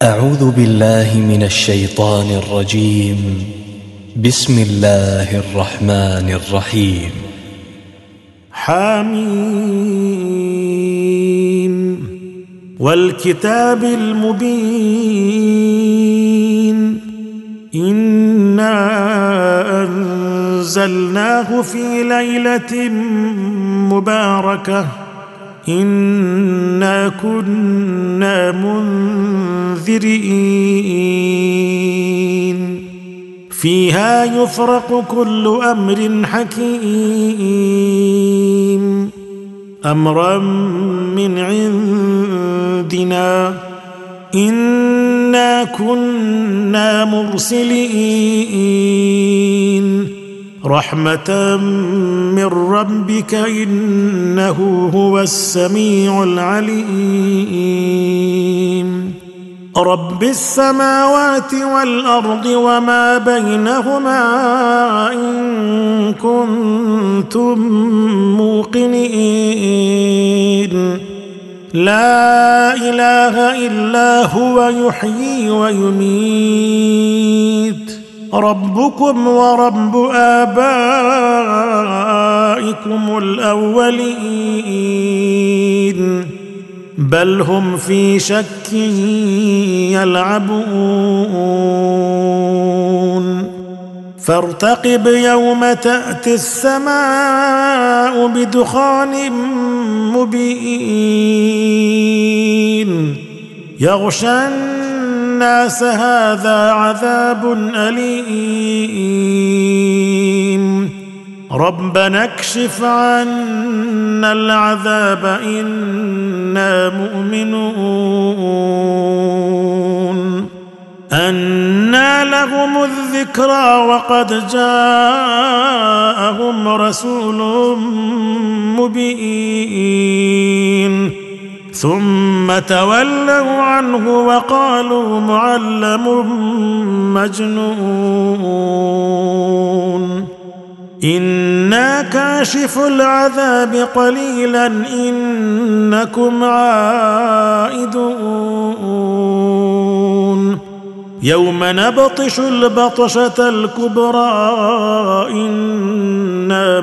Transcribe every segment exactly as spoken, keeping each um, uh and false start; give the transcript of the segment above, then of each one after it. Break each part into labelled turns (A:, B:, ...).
A: أعوذ بالله من الشيطان الرجيم. بسم الله الرحمن الرحيم.
B: حميم والكتاب المبين إنا أنزلناه في ليلة مباركة إنا كنا منذرين فيها يفرق كل أمر حكيم أمرا من عندنا إنا كنا مرسلين رحمة من ربك إنه هو السميع العليم رب السماوات والأرض وما بينهما إن كنتم موقنين لا إله إلا هو يحيي ويميت ربكم ورب آبائكم الأولين بل هم في شك يلعبون فارتقب يوم تأتي السماء بدخان مبين يغشى الناس هذا عذاب أليم ربنا اكشف عنا العذاب إنا مؤمنون أنى لهم الذكرى وقد جاءهم رسول مبين ثم تولوا عنه وقالوا معلم مجنون إنا كاشف العذاب قليلا إنكم عائدون يوم نبطش البطشة الكبرى إنا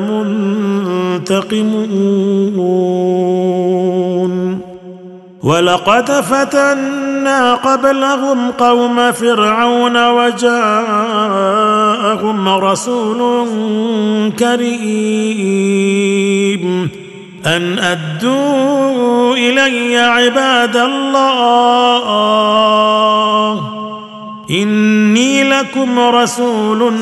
B: منتقمون ولقد فتنا قبلهم قوم فرعون وجاءهم رسول كريم أن أدوا إلي عباد الله إني لكم رسول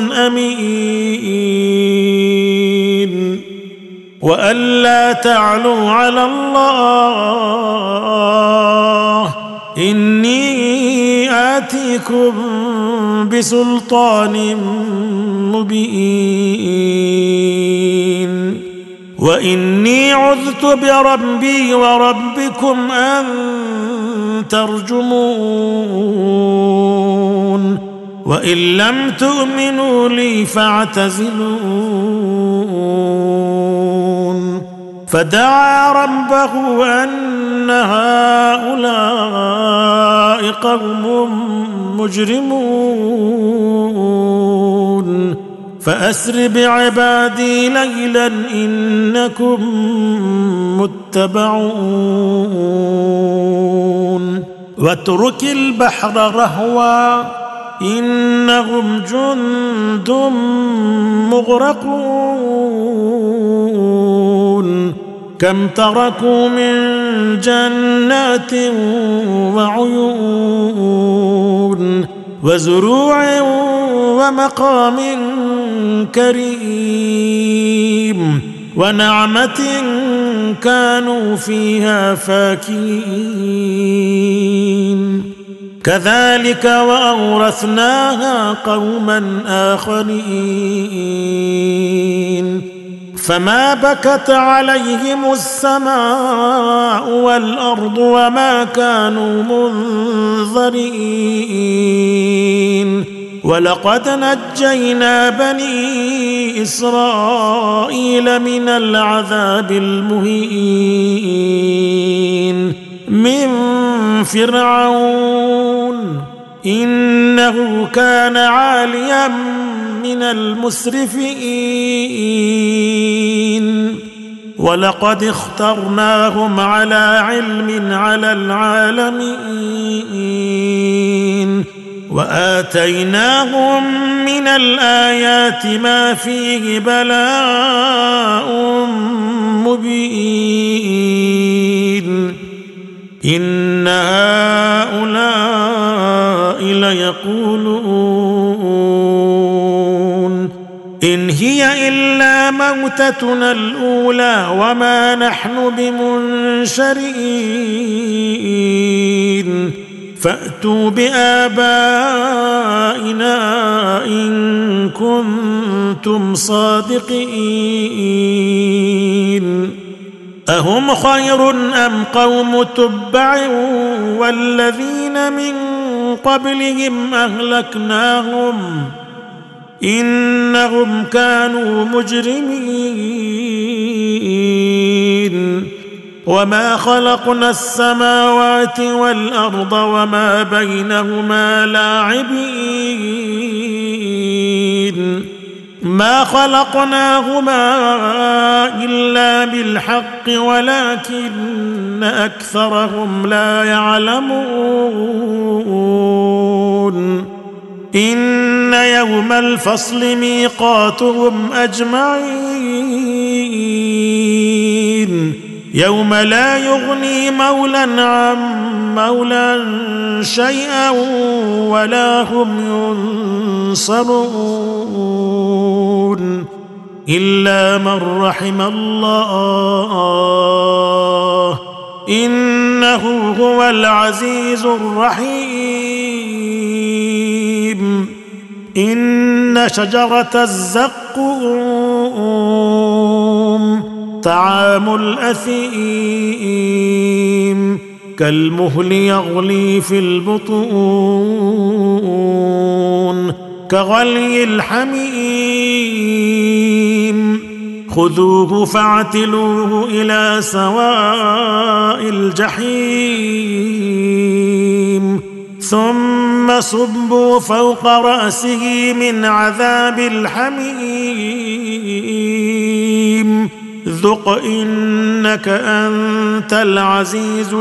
B: أمين وأن لا تعلوا على الله إني آتيكم بسلطان مبين وإني عذت بربي وربكم أن ترجمون وإن لم تؤمنوا لي فاعتزلون فدعا ربه أن هؤلاء قوم مجرمون فأسر بعبادي ليلا إنكم متبعون واترك البحر رهوا إنهم جند مغرقون كم تركوا من جنات وعيون وزروع ومقام كريم ونعمة كانوا فيها فاكهين كذلك وأورثناها قوما آخرين فما بكت عليهم السماء والأرض وما كانوا منظرين ولقد نجينا بني إسرائيل من العذاب المهين من فرعون إنه كان عاليا من المسرفين ولقد اخترناهم على علم على العالمين وآتيناهم من الآيات ما فيه بلاء مبين إن هؤلاء ليقولون إن هي إلا موتتنا الأولى وما نحن بمنشرين فأتوا بآبائنا إن كنتم صادقين أهم خير أم قوم تبع والذين من قبلهم أهلكناهم إنهم كانوا مجرمين وما خلقنا السماوات والأرض وما بينهما لاعبين ما خلقناهما إلا بالحق ولكن أكثرهم لا يعلمون إن يوم الفصل ميقاتهم أجمعين يوم لا يغني مولى عن مولى شيئا ولا هم ينصرون إلا من رحم الله إنه هو العزيز الرحيم إن شجرة الزقوم طعام الأثيم كالمهل يغلي في البطون كغلي الحميم خذوه فاعتلوه إلى سواء الجحيم ثم صبوا فوق رأسه من عذاب الحميم ذق إنك أنت العزيز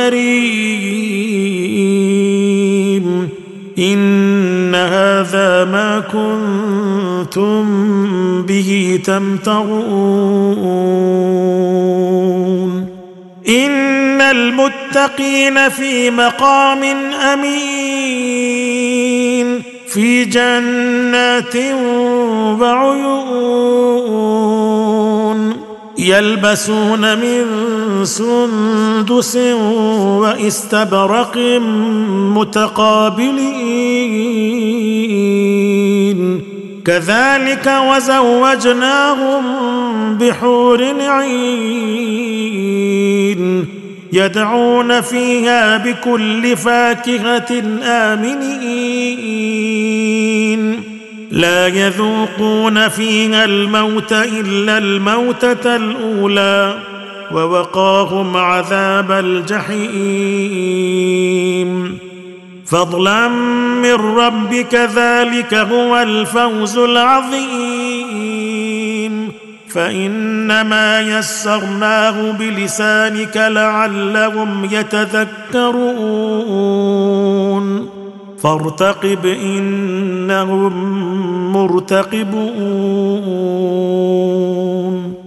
B: الكريم إن هذا ما كنتم به تمترون إن المتقين في مقام أمين في جنات وعيون يلبسون من سندس واستبرق متقابلين كذلك وزوجناهم بحور عين يدعون فيها بكل فاكهة آمنين لا يذوقون فيها الموت إلا الموتة الأولى ووقاهم عذاب الجحيم فضلا من ربك ذلك هو الفوز العظيم فإنما يسرناه بلسانك لعلهم يتذكرون فارتقب إنهم مرتقبون